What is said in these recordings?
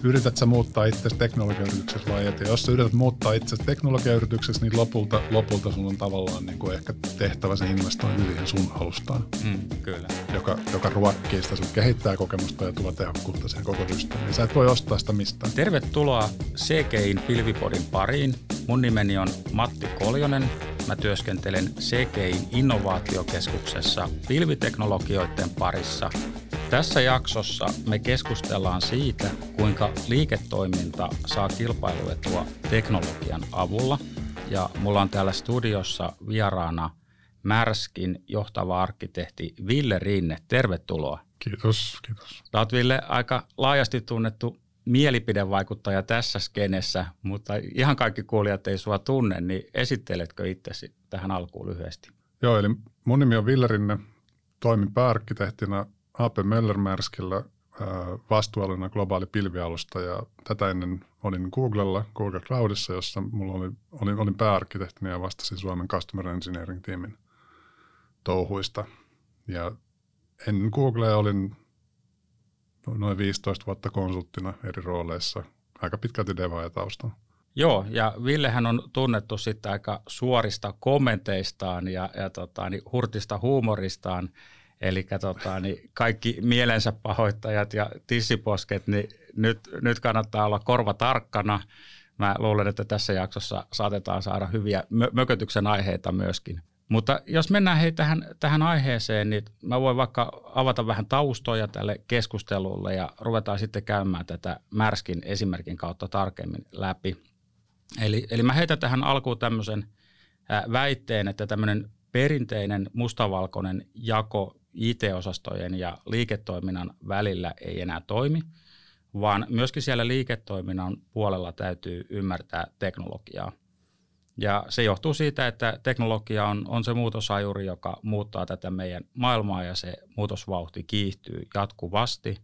yrität sä muuttaa itsesi teknologiayrityksessä vai et. Ja jos sä yrität muuttaa itsesi teknologiayrityksessä, niin lopulta sun on tavallaan niin kuin ehkä tehtävä se investointi siihen sun alustaan. Kyllä. Joka ruokkii sitä sun kehittää kokemusta ja tuo tehokkuutta siihen koko systeemiin. Sä et voi ostaa sitä mistään. Tervetuloa CGI:n Pilvipodin pariin. Mun nimeni on Matti Koljonen. Mä työskentelen CGI:n innovaatiokeskuksessa pilviteknologioiden parissa. Tässä jaksossa me keskustellaan siitä, kuinka liiketoiminta saa kilpailuetua teknologian avulla. Ja mulla on täällä studiossa vieraana Märskin johtava arkkitehti Ville Rinne. Tervetuloa. Kiitos. Sä oot, Ville, aika laajasti tunnettu mielipidevaikuttaja tässä skenessä, mutta ihan kaikki kuulijat ei sua tunne, niin esitteletkö itsesi tähän alkuun lyhyesti? Joo, eli mun nimi on Ville Rinne, toimin pääarkkitehtina A.P. Møller-Mærskillä vastuualueena globaali pilvialusta ja tätä ennen olin Googlella, Google Cloudissa, jossa olin pääarkkitehtina ja vastasin Suomen Customer Engineering-tiimin touhuista. Ja ennen Googlea olin noin 15 vuotta konsulttina eri rooleissa, aika pitkälti devaaja taustalla. Joo, ja Villehän on tunnettu sitten aika suorista kommenteistaan ja hurtista huumoristaan. Eli kaikki mielensä pahoittajat ja tissiposket, niin nyt kannattaa olla korva tarkkana. Mä luulen, että tässä jaksossa saatetaan saada hyviä mökötyksen aiheita myöskin. Mutta jos mennään tähän aiheeseen, niin mä voin vaikka avata vähän taustoja tälle keskustelulle ja ruvetaan sitten käymään tätä Märskin esimerkin kautta tarkemmin läpi. Eli mä heitän tähän alkuun tämmöisen väitteen, että tämmöinen perinteinen mustavalkoinen jako IT-osastojen ja liiketoiminnan välillä ei enää toimi, vaan myöskin siellä liiketoiminnan puolella täytyy ymmärtää teknologiaa. Ja se johtuu siitä, että teknologia on se muutosajuri, joka muuttaa tätä meidän maailmaa ja se muutosvauhti kiihtyy jatkuvasti.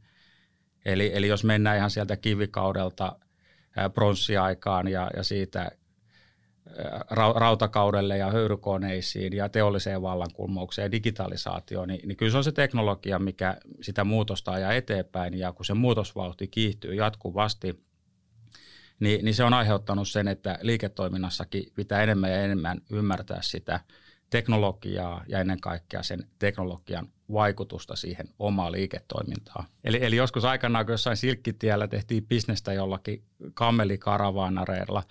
Eli jos mennään ihan sieltä kivikaudelta pronssiaikaan ja siitä rautakaudelle ja höyrykoneisiin ja teolliseen vallankumoukseen ja digitalisaatioon, niin kyllä se on se teknologia, mikä sitä muutosta ajaa eteenpäin. Ja kun se muutosvauhti kiihtyy jatkuvasti, niin se on aiheuttanut sen, että liiketoiminnassakin pitää enemmän ja enemmän ymmärtää sitä teknologiaa ja ennen kaikkea sen teknologian vaikutusta siihen omaan liiketoimintaan. Eli joskus aikanaan, kun jossain Silkkitiellä tehtiin bisnestä jollakin kamelikaravaanareilla,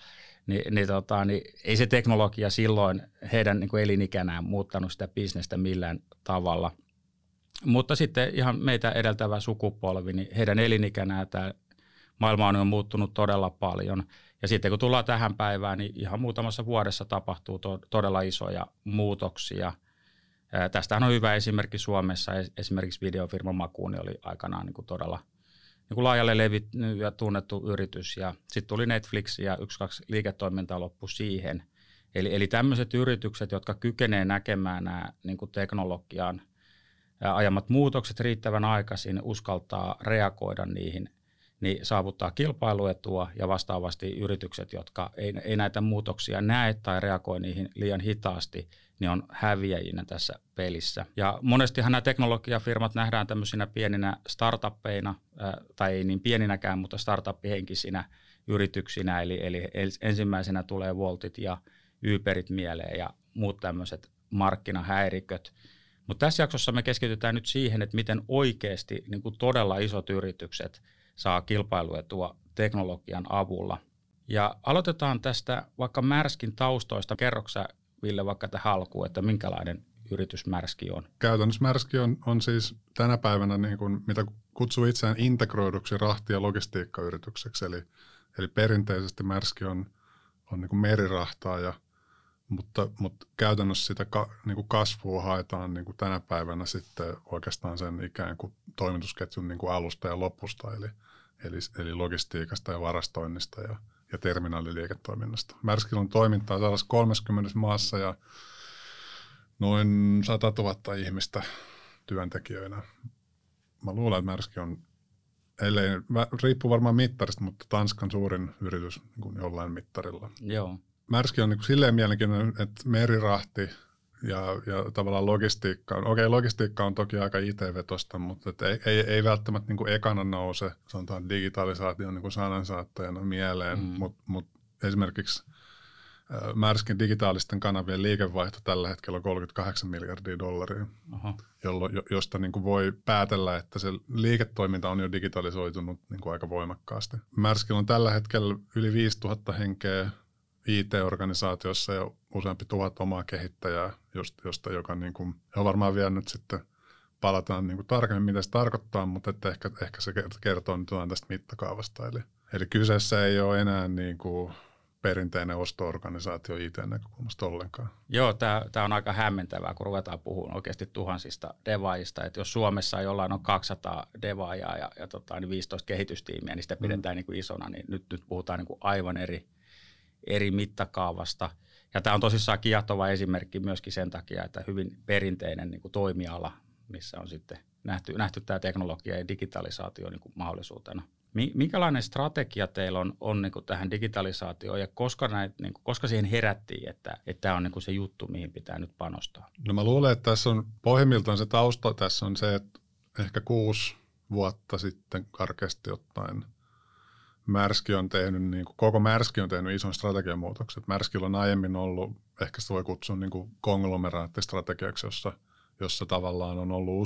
niin ei se teknologia silloin heidän niin kuin elinikänään muuttanut sitä bisnestä millään tavalla. Mutta sitten ihan meitä edeltävä sukupolvi, niin heidän elinikänään tämä maailma on muuttunut todella paljon. Ja sitten kun tullaan tähän päivään, niin ihan muutamassa vuodessa tapahtuu todella isoja muutoksia. Tästähän on hyvä esimerkki Suomessa. Esimerkiksi videofirma Makuuni oli aikanaan niin kuin todella niin kuin laajalle levitty ja tunnettu yritys. Ja sitten tuli Netflix ja 1-2 liiketoimintaa loppui siihen. Eli tämmöiset yritykset, jotka kykenevät näkemään nämä niin kuin teknologian ajamat muutokset riittävän aikaisin, uskaltaa reagoida niihin, niin saavuttaa kilpailuetua ja vastaavasti yritykset, jotka ei näitä muutoksia näe tai reagoi niihin liian hitaasti, niin on häviäjinä tässä pelissä. Ja monestihan nämä teknologiafirmat nähdään tämmöisinä pieninä startuppeina, tai ei niin pieninäkään, mutta startup-henkisinä yrityksinä, eli ensimmäisenä tulee Woltit ja Uberit mieleen ja muut tämmöiset markkinahäiriköt. Mutta tässä jaksossa me keskitytään nyt siihen, että miten oikeasti niin kuin todella isot yritykset saa kilpailuetua teknologian avulla. Ja aloitetaan tästä vaikka Märskin taustoista. Kerroksä, Ville, vaikka tähän alkuun, että minkälainen yritys Märski on? Käytännössä Märski on siis tänä päivänä, niin kuin, mitä kutsuu itseään integroiduksi rahti- ja logistiikkayritykseksi. Eli perinteisesti Märski on niin kuin merirahtaaja, mutta käytännössä sitä niin kuin kasvua haetaan niin kuin tänä päivänä sitten oikeastaan sen ikään kuin toimitusketjun niin kuin alusta ja lopusta, eli logistiikasta ja varastoinnista ja terminaaliliiketoiminnasta. Märskillä on toimintaa 130 maassa ja noin 100 000 ihmistä työntekijöinä. Mä luulen, että Märski on, riippuu varmaan mittarista, mutta Tanskan suurin yritys niin kuin jollain mittarilla. Joo. Märski on niin kuin silleen mielenkiintoinen, että merirahti ja tavallaan logistiikka on toki aika IT-vetosta, mutta ei välttämättä niin kuin ekana nouse, sanotaan digitalisaation niin kuin sanansaattajana mieleen, mutta esimerkiksi Märskin digitaalisten kanavien liikevaihto tällä hetkellä on $38 miljardia, josta niin kuin voi päätellä, että se liiketoiminta on jo digitalisoitunut niin kuin aika voimakkaasti. Märskillä on tällä hetkellä yli 5000 henkeä IT-organisaatiossa ja useampi 1000 omaa kehittäjää, josta joka niin kuin, on varmaan vielä nyt sitten palataan niin kuin tarkemmin, mitä se tarkoittaa, mutta että ehkä se kertoo nyt tästä mittakaavasta. Eli kyseessä ei ole enää niin kuin perinteinen osto-organisaatio IT-näkökulmasta ollenkaan. Joo, tämä on aika hämmentävää, kun ruvetaan puhumaan oikeasti tuhansista devaajista. Että jos Suomessa jollain on 200 devaajaa ja 15 kehitystiimiä, niin sitä pidetään niin kuin isona, niin nyt puhutaan niin kuin aivan eri mittakaavasta. Ja tämä on tosissaan kiehtova esimerkki myöskin sen takia, että hyvin perinteinen niin kuin toimiala, missä on sitten nähty tämä teknologia ja digitalisaatio niin kuin mahdollisuutena. Minkälainen strategia teillä on niin kuin tähän digitalisaatioon ja koska siihen herättiin, että tämä on niin kuin se juttu, mihin pitää nyt panostaa? No mä luulen, että tässä on pohjimmiltaan se tausta, tässä on se, että ehkä 6 vuotta sitten karkeasti ottaen Märski on tehnyt, niin kuin, koko Märski on tehnyt ison strategian muutoksen. Märskillä on aiemmin ollut, ehkä sitä voi kutsua niin kuin konglomeraattistrategiaksi, jossa tavallaan on ollut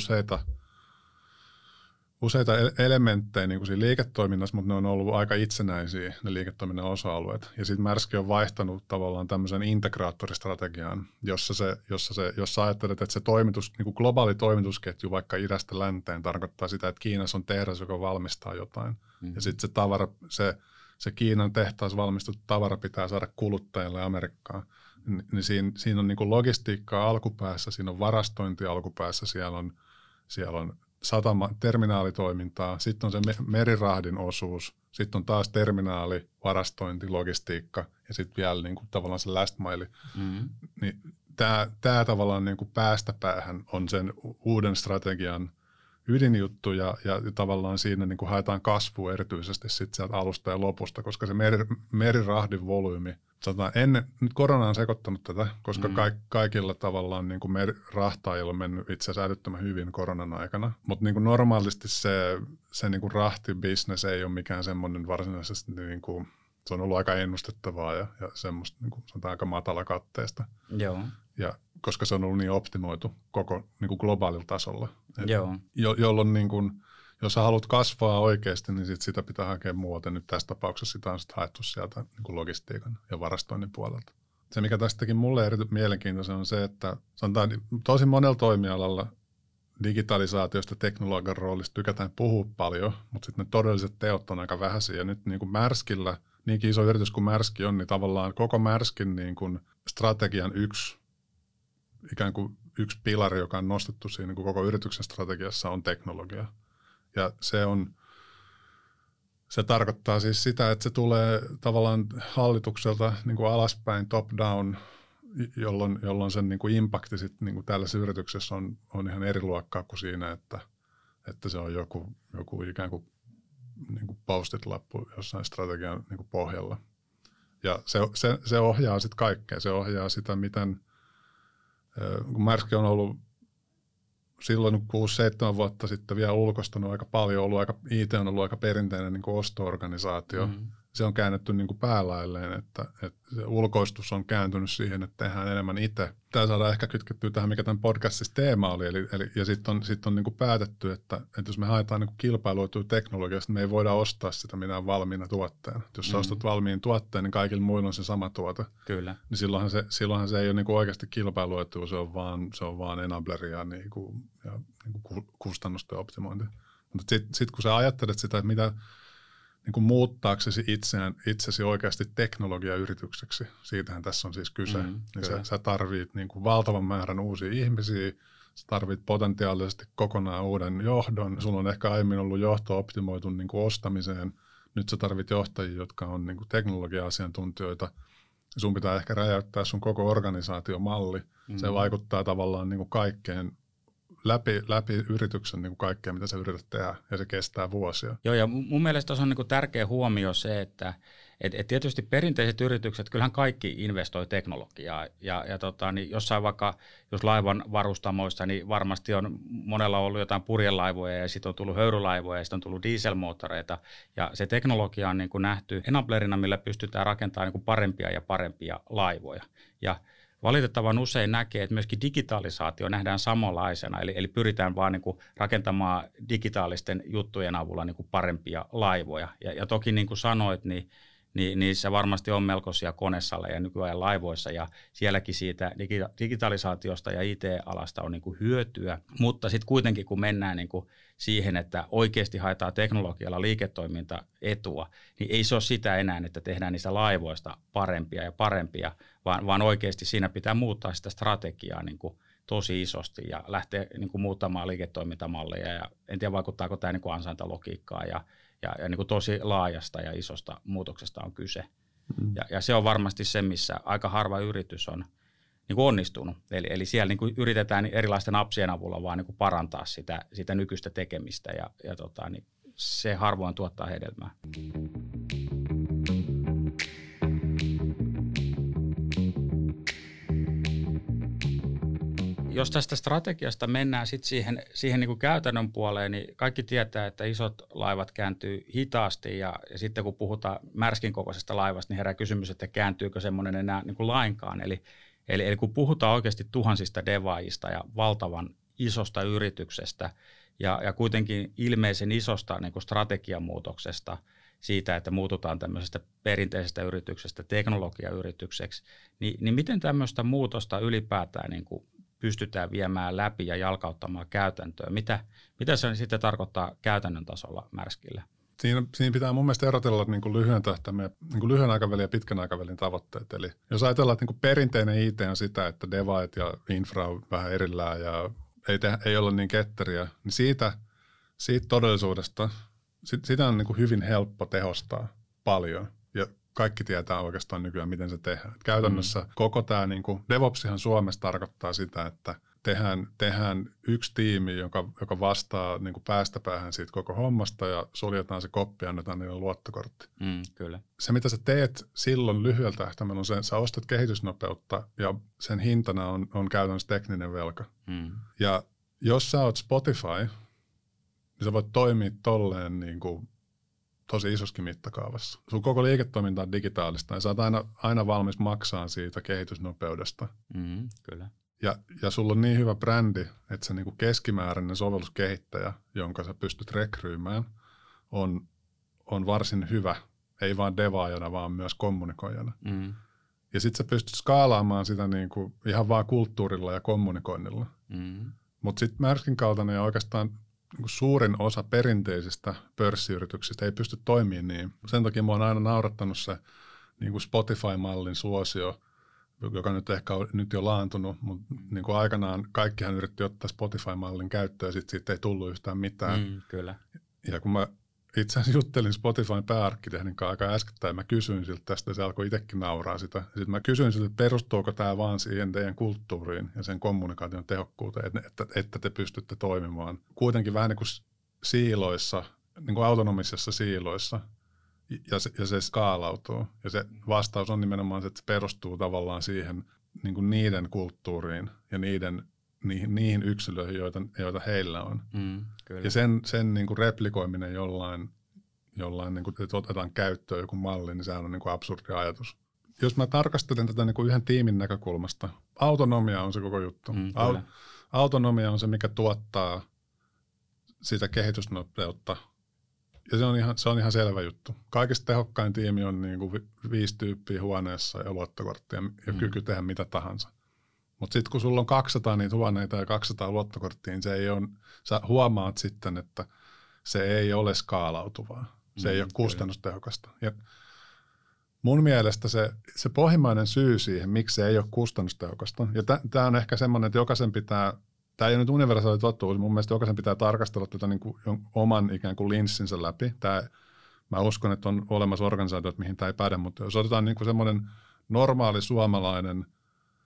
useita elementtejä niin kuin siinä liiketoiminnassa, mutta ne on ollut aika itsenäisiä, ne liiketoiminnan osa-alueet. Ja sitten Märski on vaihtanut tavallaan tämmöisen integraattoristrategiaan, jossa ajattelet, että se niin kuin globaali toimitusketju vaikka idästä länteen tarkoittaa sitä, että Kiinassa on tehdas, joka valmistaa jotain. Ja sitten se tavara, se Kiinan tehtaassa valmistettu tavara pitää saada kuluttajille Amerikkaan. Niin siinä on niin kuin logistiikkaa alkupäässä, siinä on varastointi alkupäässä, siellä on terminaalitoimintaa, sitten on se merirahdin osuus, sitten on taas terminaali, varastointi, logistiikka ja sitten vielä niin kuin tavallaan se last mile. Niin tämä tavallaan niin kuin päästä päähän on sen uuden strategian ydinjuttu ja tavallaan siinä niin kuin haetaan kasvua erityisesti sitten sieltä alusta ja lopusta, koska se merirahdin volyymi, nyt korona on sekoittanut tätä, koska kaikilla tavallaan niin kuin rahtaajilla on mennyt itse asiassa älyttömän hyvin koronan aikana, mutta niin kuin normaalisti se niin kuin rahtibisnes ei ole mikään semmoinen varsinaisesti, niin kuin, se on ollut aika ennustettavaa ja semmoista niin kuin, sanotaan aika matalakatteista. Joo. Ja koska se on ollut niin optimoitu koko niin kuin globaalilla tasolla. Joo. Jolloin niin kuin, jos sä haluat kasvaa oikeasti, niin sitä pitää hakea muualta. Nyt tässä tapauksessa sitä on sitten haettu sieltä niin kuin logistiikan ja varastoinnin puolelta. Se, mikä tästäkin mulle erityisen mielenkiintoista on se, että sanotaan tosi monella toimialalla digitalisaatiosta, teknologian roolista tykätään puhua paljon, mutta sitten ne todelliset teot on aika vähäisiä. Ja nyt niin kuin Märskillä, niinkin iso yritys kuin Märski on, niin tavallaan koko Märskin niin kuin strategian ikään kuin yksi pilari, joka on nostettu siinä niin kuin koko yrityksen strategiassa, on teknologia. Ja se tarkoittaa siis sitä, että se tulee tavallaan hallitukselta niin kuin alaspäin, top down, jolloin sen niin kuin impakti sit, niin kuin tällaisessa yrityksessä on ihan eri luokkaa kuin siinä, että se on joku ikään kuin post-it-lappu jossain strategian niin kuin pohjalla. Ja se ohjaa sitten kaikkea. Se ohjaa sitä, miten kun Märski on ollut silloin 6-7 vuotta sitten vielä ulkostanut aika paljon, IT on ollut aika perinteinen niin kuin osto-organisaatio. Se on käännetty niin kuin päälailleen, että se ulkoistus on kääntynyt siihen, että tehdään enemmän itse. Tämä saadaan ehkä kytkettyä tähän, mikä tämän podcastissa teema oli. Ja sitten on niin kuin päätetty, että jos me haetaan niin kuin kilpailuitua teknologiasta, niin me ei voida ostaa sitä mitään valmiina tuotteena. Jos sä ostat valmiin tuotteen, niin kaikilla muilla on se sama tuote. Kyllä. Niin silloinhan se ei ole niin kuin oikeasti kilpailuitua, se on vaan enableria ja niin kuin kustannusten optimointi. Mutta sitten kun sä ajattelet sitä, että mitä niin kuin muuttaaksesi itsesi oikeasti teknologiayritykseksi, siitähän tässä on siis kyse. Niin sä tarvit niin kuin valtavan määrän uusia ihmisiä, sä tarvit potentiaalisesti kokonaan uuden johdon. Sulla on ehkä aiemmin ollut johto optimoitu niin kuin ostamiseen. Nyt sä tarvit johtajia, jotka on niin kuin teknologia-asiantuntijoita. Sun pitää ehkä räjäyttää sun koko organisaatiomalli. Se vaikuttaa tavallaan niin kuin kaikkeen läpi yrityksen niin kuin kaikkea, mitä sä yrität tehdä, ja se kestää vuosia. Joo, ja mun mielestä se on niin kuin tärkeä huomio se, että tietysti perinteiset yritykset, kyllähän kaikki investoi teknologiaa, niin jossain vaikka, jos laivan varustamoissa, niin varmasti on monella ollut jotain purjelaivoja, ja sitten on tullut höyrylaivoja, ja sitten on tullut dieselmoottoreita, ja se teknologia on niin kuin nähty enablerina, millä pystytään rakentamaan niin kuin parempia ja parempia laivoja, ja valitettavan usein näkee, että myöskin digitalisaatio nähdään samanlaisena, eli pyritään vaan niin kuin rakentamaan digitaalisten juttujen avulla niin kuin parempia laivoja. Ja toki niin kuin sanoit, niin se varmasti on melkoisia konesaleja nykyajan laivoissa, ja sielläkin siitä digitalisaatiosta ja IT-alasta on niin kuin hyötyä, mutta sitten kuitenkin kun mennään niin kuin siihen, että oikeasti haetaan teknologialla liiketoimintaetua, niin ei se ole sitä enää, että tehdään niistä laivoista parempia ja parempia, vaan oikeasti siinä pitää muuttaa sitä strategiaa niin kuin tosi isosti ja lähteä niin kuin muuttamaan liiketoimintamalleja, ja en tiedä vaikuttaako tämä niin kuin ansaintalogiikkaa, ja niin kuin tosi laajasta ja isosta muutoksesta on kyse. Ja se on varmasti se, missä aika harva yritys on niin kuin onnistunut. Eli siellä niin kuin yritetään erilaisten appsien avulla vaan niin kuin parantaa sitä nykyistä tekemistä, niin se harvoin tuottaa hedelmää. Jos tästä strategiasta mennään sitten siihen niin kuin käytännön puoleen, niin kaikki tietää, että isot laivat kääntyy hitaasti, ja sitten kun puhutaan Märskin kokoisesta laivasta, niin herää kysymys, että kääntyykö semmoinen enää niin kuin lainkaan. Eli kun puhutaan oikeasti tuhansista devaajista ja valtavan isosta yrityksestä ja kuitenkin ilmeisen isosta niin kuin strategiamuutoksesta siitä, että muututaan tämmöisestä perinteisestä yrityksestä teknologiayritykseksi, niin miten tämmöistä muutosta ylipäätään niin kuin pystytään viemään läpi ja jalkauttamaan käytäntöön? Mitä se sitten tarkoittaa käytännön tasolla Märskille? Siinä pitää mun mielestä erotella niin kuin lyhyen aikavälin ja pitkän aikavälin tavoitteet. Eli jos ajatellaan, että niin kuin perinteinen IT on sitä, että devaat ja infra on vähän erillään ja ei olla niin ketteriä, niin siitä todellisuudesta, sitä on niin kuin hyvin helppo tehostaa paljon. Ja kaikki tietää oikeastaan nykyään, miten se tehdään. Käytännössä koko tämä, niin kuin DevOpsihan Suomessa tarkoittaa sitä, että tehdään yksi tiimi, joka vastaa niin kuin päästä päähän siitä koko hommasta, ja suljetaan se koppi ja annetaan niille luottokortti. Kyllä. Se, mitä sä teet silloin lyhyellä tähtäimellä, on se, että sä ostat kehitysnopeutta, ja sen hintana on käytännössä tekninen velka. Ja jos sä oot Spotify, niin sä voit toimia tolleen niin kuin tosi isoskin mittakaavassa. Sun koko liiketoiminta on digitaalista, ja sä oot aina valmis maksaa siitä kehitysnopeudesta. Kyllä. Ja sulla on niin hyvä brändi, että se niinku keskimääräinen sovelluskehittäjä, jonka sä pystyt rekryymään, on varsin hyvä. Ei vaan devaajana, vaan myös kommunikoijana. Ja sit sä pystyt skaalaamaan sitä niinku ihan vaan kulttuurilla ja kommunikoinnilla. Mutta sitten Märskin kaltainen ja oikeastaan niinku suurin osa perinteisistä pörssiyrityksistä ei pysty toimimaan niin. Sen takia mä oon aina naurattanut se niinku Spotify-mallin suosio, joka nyt ehkä on nyt jo laantunut, mutta niin kuin aikanaan kaikkihan yritti ottaa Spotify-mallin käyttöön, ja sitten siitä ei tullut yhtään mitään. Kyllä. Ja kun mä itse asiassa juttelin Spotifyn pääarkkitehdin kanssa aika äskettäin, mä kysyin siltä tästä, ja se alkoi itsekin nauraa sitä. Ja sitten mä kysyin siltä, että perustuuko tämä vaan siihen teidän kulttuuriin ja sen kommunikaation tehokkuuteen, että te pystytte toimimaan. Kuitenkin vähän niin kuin siiloissa, niin kuin autonomisissa siiloissa, ja se skaalautuu. Ja se vastaus on nimenomaan se, että se perustuu tavallaan siihen niin kuin niiden kulttuuriin ja niihin yksilöihin, joita heillä on. Kyllä. Ja sen niin kuin replikoiminen jollain niin kuin, että otetaan käyttöön joku malli, niin sehän on niin kuin absurdi ajatus. Jos mä tarkastelen tätä niin kuin yhden tiimin näkökulmasta, autonomia on se koko juttu. Autonomia on se, mikä tuottaa sitä kehitysnopeutta. Ja se on ihan selvä juttu. Kaikista tehokkain tiimi on niin kuin 5 tyyppiä huoneessa ja luottokorttia ja kyky tehdä mitä tahansa. Mutta sitten kun sulla on 200 niitä huoneita ja 200 luottokorttia, niin se ei ole, sä huomaat sitten, että se ei ole skaalautuvaa. Se ei ole kustannustehokasta. Ja mun mielestä se pohjimmainen syy siihen, miksi se ei ole kustannustehokasta, ja tämä on ehkä semmoinen, että jokaisen pitää, tämä ei ole nyt universaali totuus, mun mielestä jokaisen pitää tarkastella tätä niin kuin oman ikään kuin linssinsä läpi. Mä uskon, että on olemassa organisaatiot, mihin tämä ei päde, mutta jos otetaan niin kuin semmoinen normaali suomalainen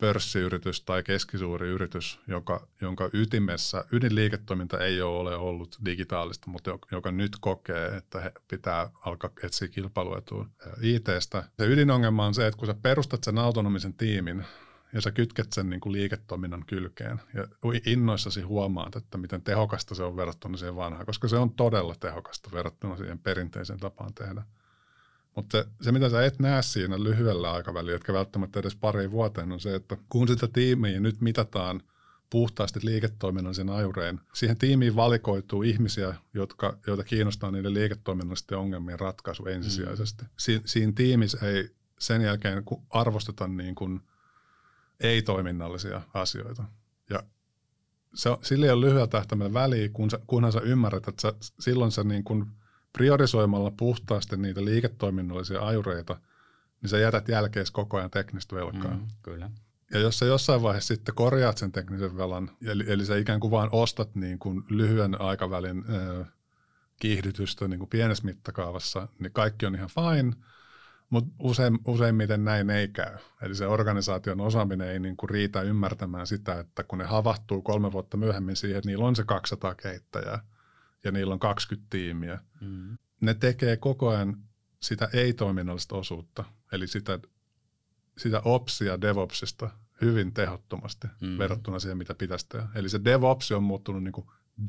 pörssiyritys tai keskisuuri yritys, jonka ydinliiketoiminta ei ole ollut digitaalista, mutta joka nyt kokee, että he pitää alkaa etsiä kilpailuetua IT:stä. Se ydinongelma on se, että kun sä perustat sen autonomisen tiimin ja sä kytket sen niin kuin liiketoiminnan kylkeen ja innoissasi huomaat, että miten tehokasta se on verrattuna siihen vanhaan, koska se on todella tehokasta verrattuna siihen perinteiseen tapaan tehdä. Mutta se, mitä sä et näe siinä lyhyellä aikavälillä, etkä välttämättä edes pariin vuoteen, on se, että kun sitä tiimiä nyt mitataan puhtaasti liiketoiminnallisen ajureen, siihen tiimiin valikoituu ihmisiä, joita kiinnostaa niiden liiketoiminnallisten ongelmien ratkaisu ensisijaisesti. Siinä tiimissä ei sen jälkeen arvosteta niin kuin ei-toiminnallisia asioita. Ja sillä ei ole lyhyellä tähtäimellä väliä, kunhan sä ymmärrät, että silloin sä niin kuin priorisoimalla puhtaasti niitä liiketoiminnallisia ajureita, niin sä jätät jälkees koko ajan teknistä velkaa. Kyllä. Ja jos sä jossain vaiheessa sitten korjaat sen teknisen velan, eli sä ikään kuin vaan ostat niin kuin lyhyen aikavälin kiihdytystä niin kuin pienessä mittakaavassa, niin kaikki on ihan fine, mutta useimmiten näin ei käy. Eli se organisaation osaaminen ei niin kuin riitä ymmärtämään sitä, että kun ne havahtuu 3 vuotta myöhemmin siihen, että niillä on se 200 kehittäjää, ja niillä on 20 tiimiä. Ne tekee koko ajan sitä ei-toiminnallista osuutta, eli sitä opsia DevOpsista hyvin tehottomasti verrattuna siihen, mitä pitäisi tehdä. Eli se DevOps on muuttunut niin kuin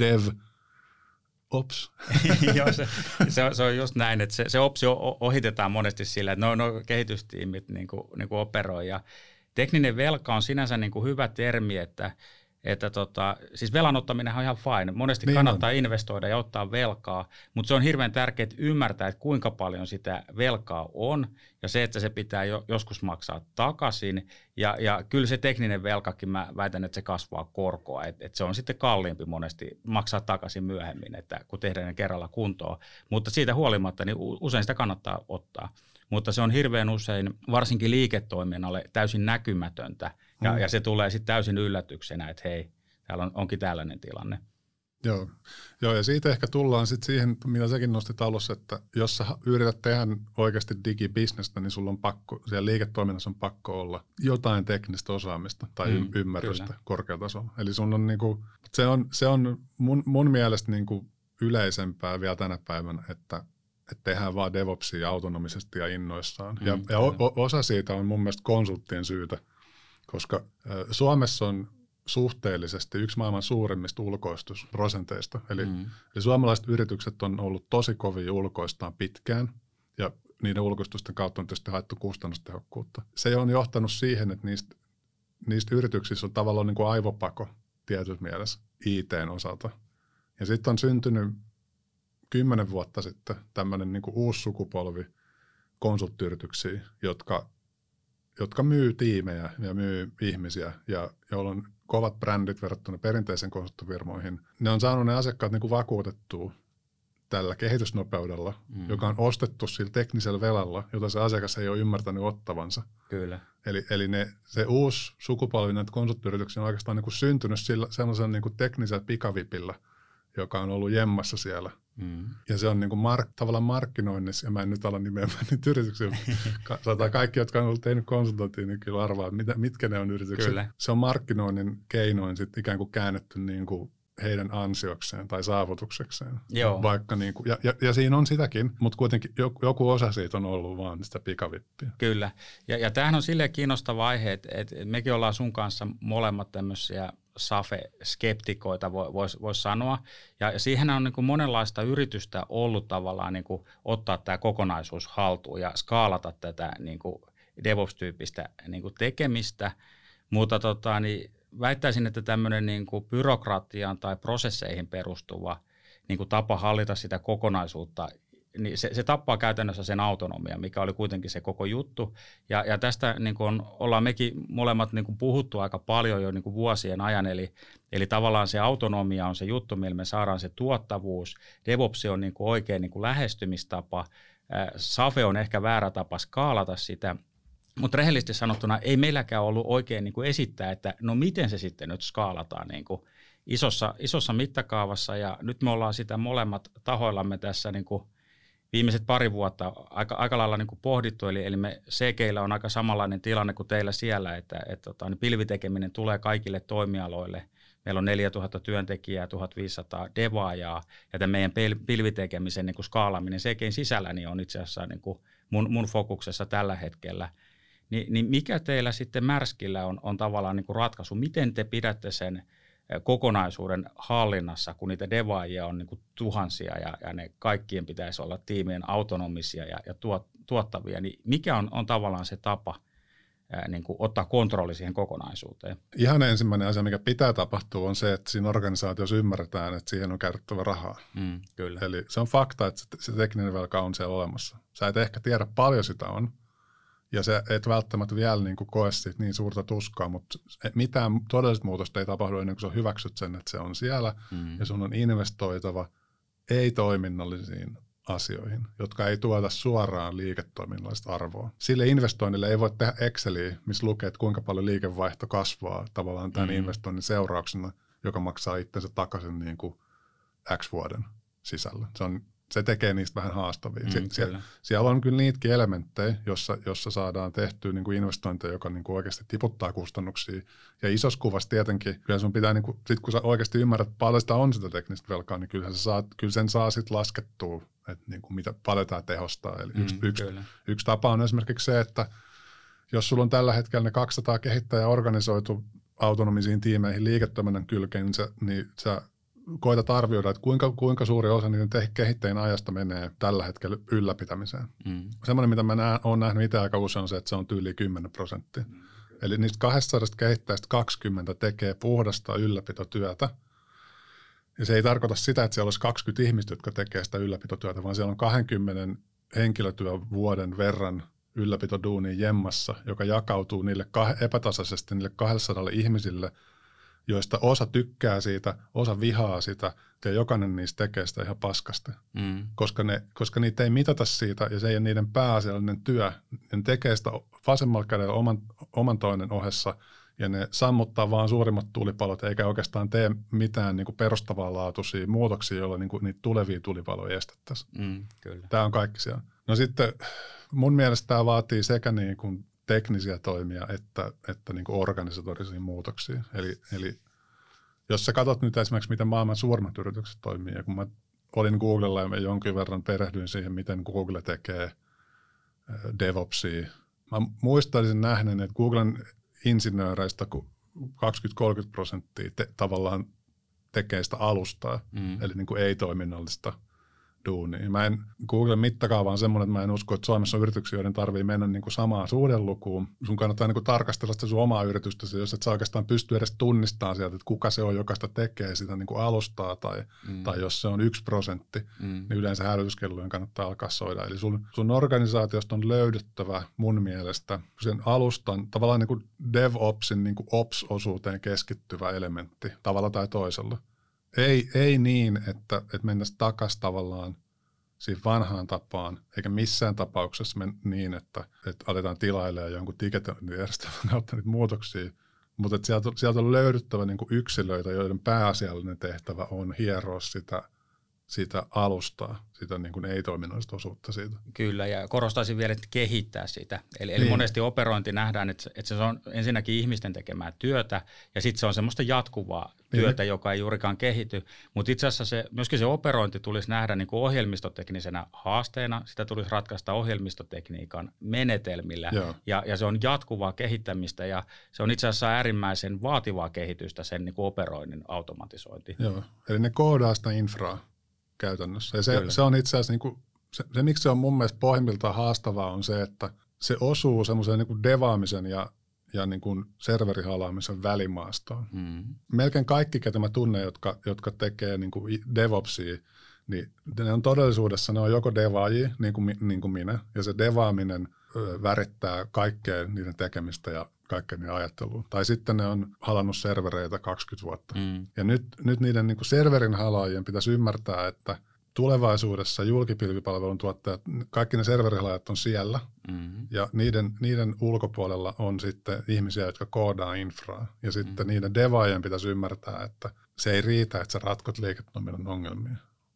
DevOps. Joo, se on just näin, että se opsio ohitetaan monesti sillä, että no kehitystiimit niin kuin operoi. Ja tekninen velka on sinänsä niin kuin hyvä termi, että siis velan ottaminen on ihan fine. Monesti niin kannattaa investoida ja ottaa velkaa, mutta se on hirveän tärkeää ymmärtää, että kuinka paljon sitä velkaa on ja se, että se pitää joskus maksaa takaisin. Ja kyllä se tekninen velkakin, mä väitän, että se kasvaa korkoa, että se on sitten kalliimpi monesti maksaa takaisin myöhemmin, että kun tehdään ne kerralla kuntoon. Mutta siitä huolimatta, niin usein sitä kannattaa ottaa. Mutta se on hirveän usein, varsinkin liiketoiminnalle, täysin näkymätöntä. Ja se tulee sitten täysin yllätyksenä, että hei, täällä onkin tällainen tilanne. Joo, ja siitä ehkä tullaan sitten siihen, mitä säkin nostit alussa, että jos sä yrität tehdä oikeasti digibisnestä, niin sulla on pakko, siellä liiketoiminnassa on pakko olla jotain teknistä osaamista tai ymmärrystä korkeatasolla. Eli sun on niinku, se on mun mielestä niinku yleisempää vielä tänä päivänä, että tehdään vaan DevOpsia autonomisesti ja innoissaan. Ja osa siitä on mun mielestä konsulttien syytä, koska Suomessa on suhteellisesti yksi maailman suurimmista ulkoistusprosenteista. Eli suomalaiset yritykset on ollut tosi kovia ulkoistaan pitkään, ja niiden ulkoistusten kautta on tietysti haettu kustannustehokkuutta. Se on johtanut siihen, että niistä yrityksissä on tavallaan niin kuin aivopako tietyssä mielessä IT:n osalta. Ja sitten on syntynyt 10 vuotta sitten tämmöinen niin kuin uusi sukupolvi konsulttiyrityksiä, jotka myy tiimejä ja myy ihmisiä ja joilla on kovat brändit verrattuna perinteisen konsulttifirmoihin. Ne on saanut ne asiakkaat niin kuin vakuutettua tällä kehitysnopeudella, joka on ostettu sillä teknisellä velalla, jota se asiakas ei ole ymmärtänyt ottavansa. Kyllä. Eli se uusi sukupolvi näitä konsulttiyrityksiä on oikeastaan niin kuin syntynyt sellaisella niin kuin teknisellä pikavipillä, joka on ollut jemmassa siellä. Ja se on niin kuin tavallaan markkinoinnissa, ja mä en nyt ala nimeämään niitä yrityksiä, kaikki, jotka on ollut tehnyt konsultointia, niin kyllä arvaa, mitkä ne on yritykset. Kyllä. Se on markkinoinnin keinoin sitten ikään kuin käännetty niin kuin heidän ansiokseen tai saavutuksekseen. Joo. Vaikka niin kuin, ja siinä on sitäkin, mutta kuitenkin joku osa siitä on ollut vaan sitä pikavippiä. Kyllä, ja tämähän on silleen kiinnostava aihe, että mekin ollaan sun kanssa molemmat tämmöisiä SAFE-skeptikoita, vois sanoa. Ja siihen on niin kuin monenlaista yritystä ollut tavallaan niin kuin ottaa tämä kokonaisuus haltuun ja skaalata tätä niin kuin DevOps-tyyppistä niin kuin tekemistä. Mutta niin väittäisin, että tämmöinen niin kuin byrokratiaan tai prosesseihin perustuva niin kuin tapa hallita sitä kokonaisuutta, niin se tappaa käytännössä sen autonomian, mikä oli kuitenkin se koko juttu. Ja tästä niin kuin ollaan mekin molemmat niin kuin puhuttu aika paljon jo niin kuin vuosien ajan, eli tavallaan se autonomia on se juttu, millä me saadaan se tuottavuus. DevOps on niin kuin oikein niin kuin lähestymistapa. SAFE on ehkä väärä tapa skaalata sitä. Mutta rehellisesti sanottuna ei meilläkään ollut oikein niin kuin esittää, että no miten se sitten nyt skaalataan niin kuin isossa mittakaavassa. Ja nyt me ollaan sitä molemmat tahoillamme tässä niin kuin viimeiset pari vuotta aika lailla niin kuin pohdittu, eli me CGillä on aika samanlainen tilanne kuin teillä siellä, että niin pilvitekeminen tulee kaikille toimialoille. Meillä on 4000 työntekijää, 1500 devaajaa, ja tämän meidän pilvitekemisen niin kuin skaalaaminen CGin sisällä niin on itse asiassa niin kuin mun fokuksessa tällä hetkellä. Niin mikä teillä sitten Märskillä on tavallaan niin kuin ratkaisu? Miten te pidätte sen kokonaisuuden hallinnassa, kun niitä devaajia on niin kuin tuhansia ja ne kaikkien pitäisi olla tiimien autonomisia ja tuottavia, niin mikä on tavallaan se tapa niin kuin ottaa kontrolli siihen kokonaisuuteen? Ihan ensimmäinen asia, mikä pitää tapahtua, on se, että siinä organisaatiossa ymmärretään, että siihen on käytettävä rahaa. Kyllä. Eli se on fakta, että se tekninen velka on siellä olemassa. Sä et ehkä tiedä paljon sitä on, ja sä et välttämättä vielä niin kuin koe siitä niin suurta tuskaa, mutta mitään todellista muutosta ei tapahdu ennen kuin sä hyväksyt sen, että se on siellä, ja sun on investoitava ei-toiminnallisiin asioihin, jotka ei tuota suoraan liiketoiminnallista arvoa. Sille investoinnille ei voi tehdä Exceliä, missä lukee, että kuinka paljon liikevaihto kasvaa tavallaan tämän investoinnin seurauksena, joka maksaa itsensä takaisin niin kuin X vuoden sisällä. Se tekee niistä vähän haastavia. Siellä on kyllä niitäkin elementtejä, jossa saadaan tehtyä niin kuin investointeja, joka niin kuin oikeasti tiputtaa kustannuksia. Ja isossa kuvassa tietenkin, kyllä sun pitää, niin kuin, sit kun sä oikeasti ymmärrät, että paljon sitä on sitä teknistä velkaa, niin kyllä sen saa sitten laskettua, että niin kuin paljon tämä tehostaa. Eli yksi tapa on esimerkiksi se, että jos sulla on tällä hetkellä ne 200 kehittäjää organisoitu autonomisiin tiimeihin liiketoiminnan kylkeen, niin sä koetat arvioida, että kuinka suuri osa niiden kehittäjien ajasta menee tällä hetkellä ylläpitämiseen. Semmoinen, mitä mä oon nähnyt itse aika usein, on se, että se on tyyli 10%. Eli niistä 200 kehittäjistä 20 tekee puhdasta ylläpitotyötä. Ja se ei tarkoita sitä, että siellä olisi 20 ihmistä, jotka tekee sitä ylläpitotyötä, vaan siellä on 20 henkilötyövuoden verran ylläpitoduunia jemmassa, joka jakautuu niille epätasaisesti niille 200 ihmisille, joista osa tykkää siitä, osa vihaa sitä, ja jokainen niistä tekee sitä ihan paskasti. Koska niitä ei mitata siitä, ja se ei ole niiden pääasiallinen työ. Ne tekee sitä vasemmalla kädellä oman toinen ohessa, ja ne sammuttaa vaan suurimmat tulipalot, eikä oikeastaan tee mitään niin kuin perustavanlaatuisia muutoksia, joilla niin kuin niitä tulevia tulipaloja estettäisiin. Tämä on kaikki siellä. No sitten mun mielestä tämä vaatii sekä niin kuin teknisiä toimia että niin kuin organisatorisia muutoksia. Eli jos sä katsot nyt esimerkiksi, miten maailman suurimmat yritykset toimii, ja kun mä olin Googlella ja mä jonkin verran perehdyin siihen, miten Google tekee DevOpsia, mä muistaisin nähneen, että Googlen insinööreistä 20-30% tavallaan tekee sitä alustaa, eli niin kuin ei-toiminnallista duunia. Googlen mittakaava on semmoinen, että mä en usko, että Suomessa on yrityksiä, joiden tarvii mennä niin kuin samaan suhdelukuun. Sun kannattaa niin kuin tarkastella sitä sun omaa yritystäsi, jos et sä oikeastaan pysty edes tunnistamaan sieltä, että kuka se on, joka sitä tekee sitä niin kuin alustaa, tai jos se on 1%, niin yleensä hälytyskellojen kannattaa alkaa soida. Eli sun organisaatiosta on löydettävä mun mielestä sen alustan, tavallaan niin kuin DevOpsin niin kuin Ops-osuuteen keskittyvä elementti, tavalla tai toisella. Ei niin, että mennäisiin takaisin tavallaan siihen vanhaan tapaan, eikä missään tapauksessa niin, että aletaan tilailemaan jonkun tiketointijärjestelmän kautta niitä muutoksia, mutta että sieltä on löydyttävä niin kuin yksilöitä, joiden pääasiallinen tehtävä on hieroa sitä alustaa, sitä niin kuin ei-toiminnallista osuutta siitä. Kyllä, ja korostaisin vielä, että kehittää sitä. Eli monesti operointi nähdään, että se on ensinnäkin ihmisten tekemää työtä, ja sitten se on semmoista jatkuvaa työtä, joka ei juurikaan kehity. Mutta itse asiassa myöskin se operointi tulisi nähdä niin kuin ohjelmistoteknisenä haasteena, sitä tulisi ratkaista ohjelmistotekniikan menetelmillä, ja se on jatkuvaa kehittämistä, ja se on itse asiassa äärimmäisen vaativaa kehitystä sen niin kuin operoinnin automatisointi. Joo, eli ne koodaa sitä infraa käytännössä. Ja se on itse asiassa, niin kuin, se miksi se on mun mielestä pohjimmiltaan haastavaa, on se, että se osuu semmoisen niin kuin devaamisen ja niin kuin serverihalaamisen välimaastoon. Melkein kaikki, ketä mä tunnen, jotka tekee niin kuin DevOpsia, niin ne on todellisuudessa, ne on joko devaajia, niin kuin minä, ja se devaaminen värittää kaikkea niiden tekemistä ja kaikkea niiden ajattelua. Tai sitten ne on halannut servereitä 20 vuotta. Ja nyt niiden niin kuin serverin halaajien pitäisi ymmärtää, että tulevaisuudessa julkipilvipalvelun tuottajat, kaikki ne serverihalaajat on siellä, ja niiden ulkopuolella on sitten ihmisiä, jotka koodaa infraa. Ja sitten niiden devaajien pitäisi ymmärtää, että se ei riitä, että sä ratkot liiketoiminnan ongelmia,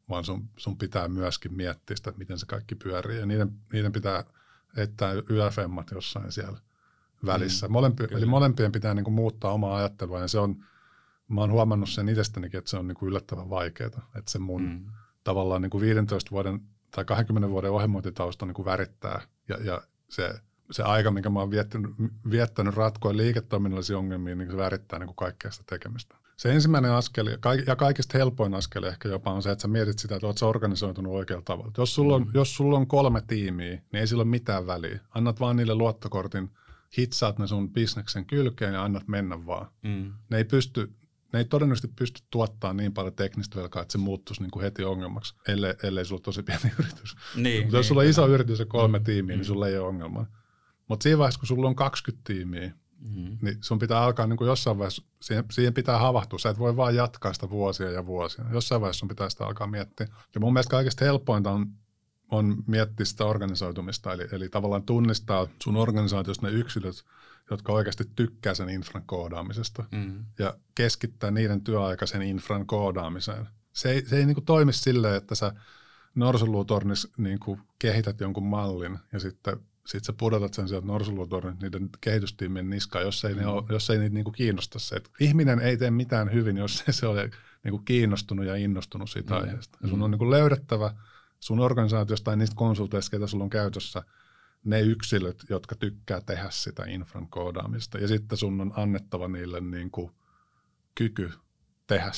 vaan sun pitää myöskin miettiä sitä, että miten se kaikki pyörii. Ja niiden pitää heittää yläfemmat jossain siellä välissä. Eli molempien pitää niin kuin muuttaa omaa ajattelua, ja mä oon huomannut sen itsestänikin, että se on niin kuin yllättävän vaikeaa. Että se mun tavallaan niin kuin 15 vuoden tai 20 vuoden ohjelmointitausta niin kuin värittää, ja se aika, minkä mä oon viettänyt ratkoen liiketoiminnallisia ongelmia, niin se värittää niin kuin kaikkea sitä tekemistä. Se ensimmäinen askel, ja kaikista helpoin askel ehkä jopa on se, että sä mietit sitä, että oot sä organisoitunut oikealla tavalla. Jos sulla on 3 tiimiä, niin ei sillä ole mitään väliä. Annat vaan niille luottokortin, hitsaat ne sun bisneksen kylkeen ja annat mennä vaan. Ne ei todennäköisesti pysty tuottamaan niin paljon teknistä velkaa, että se muuttuisi niin kuin heti ongelmaksi, ellei sulla ole tosi pieni yritys. Jos sulla on iso yritys ja 3 tiimiä, niin sulla ei ole ongelmaa. Mutta siinä vaiheessa, kun sulla on 20 tiimiä, niin sun pitää alkaa niin kuin jossain vaiheessa, siihen pitää havahtua. Sä et voi vaan jatkaa sitä vuosia ja vuosia. Jossain vaiheessa sun pitää sitä alkaa miettiä. Ja mun mielestä kaikista helpointa on miettiä sitä organisoitumista, eli tavallaan tunnistaa sun organisaatiosta ne yksilöt, jotka oikeasti tykkää sen infran koodaamisesta ja keskittää niiden työaikaisen infran koodaamiseen. Se ei niin kuin toimi silleen, että sä Norsunluutornissa niin kuin kehität jonkun mallin ja sitten sä pudotat sen sieltä Norsunluutornista niiden kehitystiimien niskaan, jos ei niitä niin kuin kiinnosta se. Että ihminen ei tee mitään hyvin, jos ei se ole niin kuin kiinnostunut ja innostunut siitä aiheesta. Ja sun on niin kuin löydettävä sun organisaatiosta tai niistä konsulteista, ketä sulla on käytössä, ne yksilöt, jotka tykkää tehdä sitä infran koodaamista. Ja sitten sun on annettava niille niin kuin kyky tehdä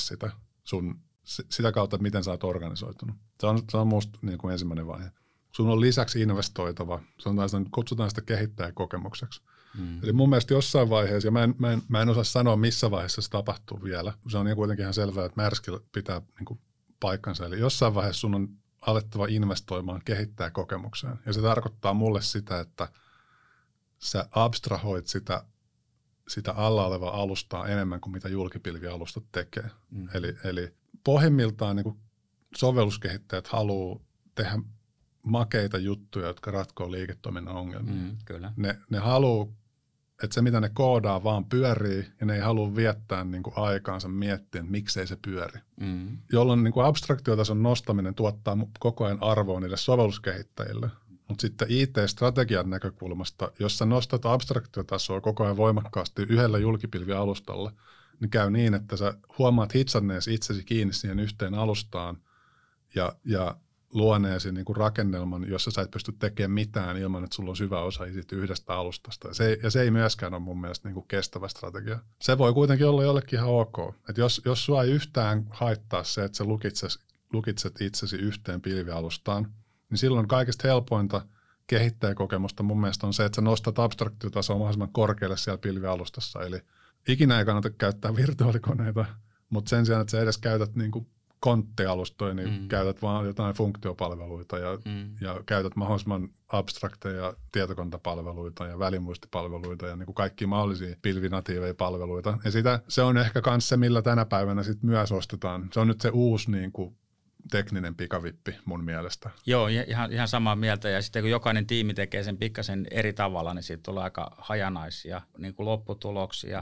sitä kautta, miten sä oot organisoitunut. Se on musta niin kuin ensimmäinen vaihe. Sun on lisäksi investoitava. Kutsutaan sitä kehittäjäkokemukseksi. Eli mun mielestä jossain vaiheessa, ja mä en osaa sanoa missä vaiheessa se tapahtuu vielä. Se on kuitenkin ihan selvää, että Märskillä pitää niin kuin paikkansa. Eli jossain vaiheessa sun on alettava investoimaan kehittäjäkokemukseen. Ja se tarkoittaa mulle sitä, että sä abstrahoit sitä alla olevaa alustaa enemmän kuin mitä julkipilvialustat tekee. Eli pohjimmiltaan niin kuin sovelluskehittäjät haluaa tehdä makeita juttuja, jotka ratkoo liiketoiminnan ongelmia. Kyllä. Ne haluaa, että se mitä ne koodaa vaan pyörii, ja ne ei halua viettää niin kuin aikaansa miettiä, että miksei se pyöri. Jolloin niin kuin abstraktiotason nostaminen tuottaa koko ajan arvoa niille sovelluskehittäjille. Mutta sitten IT-strategian näkökulmasta, jos sä nostat abstraktiotasoa koko ajan voimakkaasti yhdellä julkipilvialustalla, niin käy niin, että sä huomaat hitsanneesi itsesi kiinni siihen yhteen alustaan ja luoneesi niin kuin rakennelman, jossa sä et pysty tekemään mitään ilman, että sulla on syvä osa yhdestä alustasta. Se ei myöskään ole mun mielestä niin kuin kestävä strategia. Se voi kuitenkin olla jollekin ihan ok. Että jos sua ei yhtään haittaa se, että sä lukitset itsesi yhteen pilvialustaan, niin silloin kaikista helpointa kehittäjäkokemusta mun mielestä on se, että sä nostat abstraktiotasoa mahdollisimman korkealle siellä pilvialustassa. Eli ikinä ei kannata käyttää virtuaalikoneita, mutta sen sijaan, että sä edes käytät niin kuin konttialustoja, niin käytät vaan jotain funktiopalveluita ja käytät mahdollisimman abstrakteja tietokontapalveluita ja välimuistipalveluita ja niin kuin kaikkia mahdollisia pilvinatiiveja palveluita. Ja se on ehkä myös se, millä tänä päivänä sit myös ostetaan. Se on nyt se uusi niin kuin tekninen pikavippi mun mielestä. Joo, ihan samaa mieltä. Ja sitten kun jokainen tiimi tekee sen pikkasen eri tavalla, niin siitä tulee aika hajanaisia niin kuin lopputuloksia.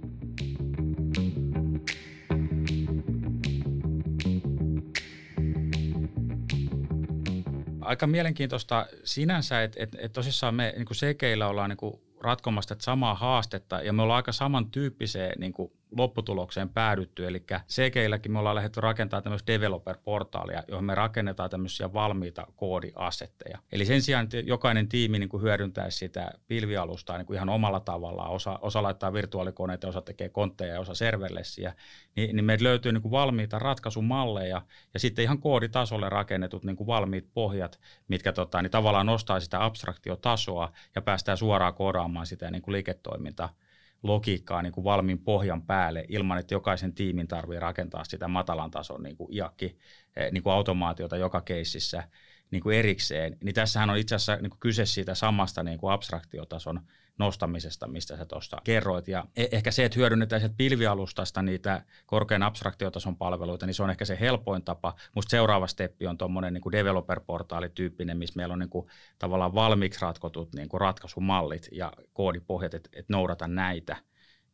Aika mielenkiintoista sinänsä, että tosissaan me niin kuin Sekeillä ollaan niin kuin ratkomassa samaa haastetta ja me ollaan aika samantyyppiseen niin kuin lopputulokseen päädytty. Eli Sekeilläkin me ollaan lähdetty rakentamaan tämmöistä developer-portaalia, johon me rakennetaan tämmöisiä valmiita koodiassetteja. Eli sen sijaan, että jokainen tiimi niin kuin hyödyntäisi sitä pilvialustaa niin kuin ihan omalla tavallaan, osa laittaa virtuaalikoneita, osa tekee kontteja ja osa serverlessiä, niin meillä löytyy niin kuin valmiita ratkaisumalleja ja sitten ihan kooditasolle rakennetut niin kuin valmiit pohjat, mitkä niin tavallaan nostaa sitä abstraktiotasoa ja päästään suoraan koodaamaan sitä niin kuin liiketoimintalogiikkaa niin kuin valmiin pohjan päälle ilman, että jokaisen tiimin tarvitsee rakentaa sitä matalan tason niin kuin IAKI, niin kuin automaatiota joka keississä niin kuin erikseen. Niin tässähän on itse asiassa niin kuin kyse siitä samasta niin kuin abstraktiotason nostamisesta, mistä sä tuosta kerroit. Ja ehkä se, että hyödynnetään sieltä pilvialustasta niitä korkean abstraktiotason palveluita, niin se on ehkä se helpoin tapa. Musta seuraava steppi on tuommoinen niin kuin developer-portaalityyppinen, missä meillä on niin kuin tavallaan valmiiksi ratkotut niin kuin ratkaisumallit ja koodipohjat, että noudata näitä.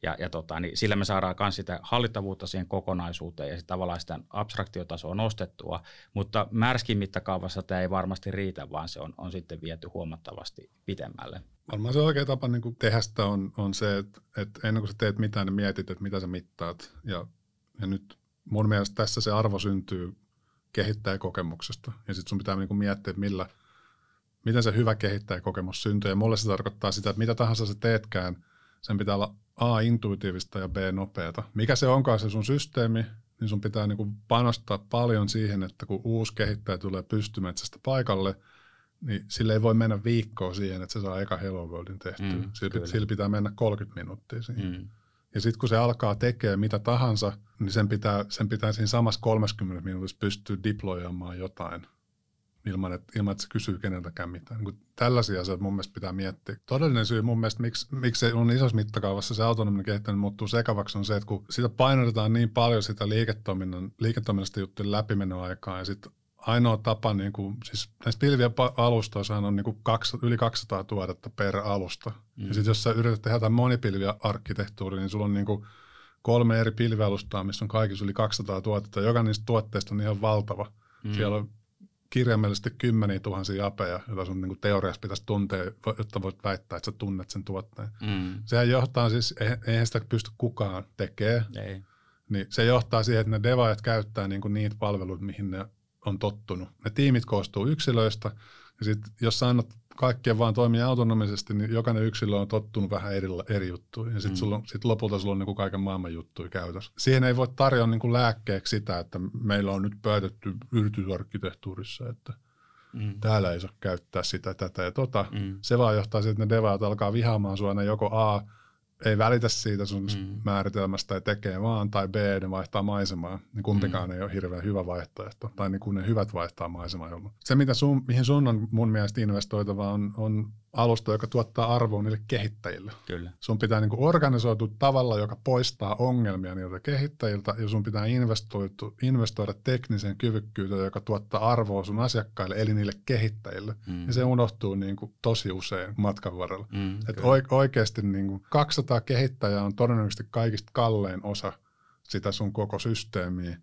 Niin sillä me saadaan myös sitä hallittavuutta siihen kokonaisuuteen ja tavallaan sitä abstraktiotasoa nostettua, mutta märskin mittakaavassa tämä ei varmasti riitä, vaan se on sitten viety huomattavasti pidemmälle. Varmaan se oikea tapa niin kuin tehdä sitä on se, että ennen kuin sä teet mitään, niin mietit, että mitä sä mittaat. Ja nyt mun mielestä tässä se arvo syntyy kehittäjäkokemuksesta. Ja sitten sun pitää niin kuin miettiä, että miten se hyvä kehittäjäkokemus syntyy. Ja mulle se tarkoittaa sitä, että mitä tahansa sä teetkään, sen pitää olla A, intuitiivista ja B, nopeata. Mikä se onkaan se sun systeemi, niin sun pitää niin kuin panostaa paljon siihen, että kun uusi kehittäjä tulee pystymetsästä paikalle, niin sille ei voi mennä viikkoa siihen, että se saa eka Hello Worldin tehtyä. Sillä pitää mennä 30 minuuttia siihen. Ja sitten kun se alkaa tekemään mitä tahansa, niin sen pitää siinä samassa 30 minuutissa pystyä deployaamaan jotain ilman, että se kysyy keneltäkään mitään. Niin tällaisia asioita mun mielestä pitää miettiä. Todellinen syy mun mielestä, miksi se on isossa mittakaavassa se autonominen kehittäminen muuttuu sekavaksi, on se, että kun sitä painotetaan niin paljon sitä liiketoiminnasta juttujen läpimenoaikaa ja sitten ainoa tapa, niin kuin, siis näissä pilvien alustoissahan on niin kuin yli 200 tuotetta per alusta. Ja sitten jos sä yrität tehdä jotain monipilviarkkitehtuuria, niin sulla on niin kuin 3 eri pilvialustaa, missä on kaikissa yli 200 tuotetta. Jokainen niistä tuotteista on ihan valtava. Siellä on kirjaimellisesti 10 000 apeja, joita sun niin kuin teoriassa pitäisi tuntea, jotta voit väittää, että sä tunnet sen tuotteen. Sehän johtaa siis, eihän sitä pysty kukaan tekemään. Ei. Niin se johtaa siihen, että ne devaajat käyttää niin kuin niitä palveluita, mihin ne on tottunut. Ne tiimit koostuu yksilöistä, ja sitten jos sä annat kaikkien vaan toimia autonomisesti, niin jokainen yksilö on tottunut vähän eri juttuja, ja sitten lopulta sulla on niin kuin kaiken maailman juttuja käytössä. Siihen ei voi tarjota niin kuin lääkkeeksi sitä, että meillä on nyt päätetty yritysarkkitehtuurissa, että täällä ei saa käyttää sitä, tätä ja tota. Se vaan johtaa siihen, että ne devaat alkaa vihaamaan sua, ne joko A, ei välitä siitä sun määritelmästä ja tekee vaan, tai B, ne vaihtaa maisemaa. Niin kumpikaan ei ole hirveän hyvä vaihtoehto, tai niin kuin ne hyvät vaihtaa maisemaa. Se, mihin sun on mun mielestä investoitava, on alusta, joka tuottaa arvoa niille kehittäjille. Kyllä. Sun pitää niin kuin organisoitua tavalla, joka poistaa ongelmia niiltä kehittäjiltä, ja sun pitää investoida tekniseen kyvykkyyteen, joka tuottaa arvoa sun asiakkaille, eli niille kehittäjille. Ja se unohtuu niin kuin tosi usein matkan varrella. Että oikeasti niin kuin 200 kehittäjää on todennäköisesti kaikista kallein osa sitä sun koko systeemiä.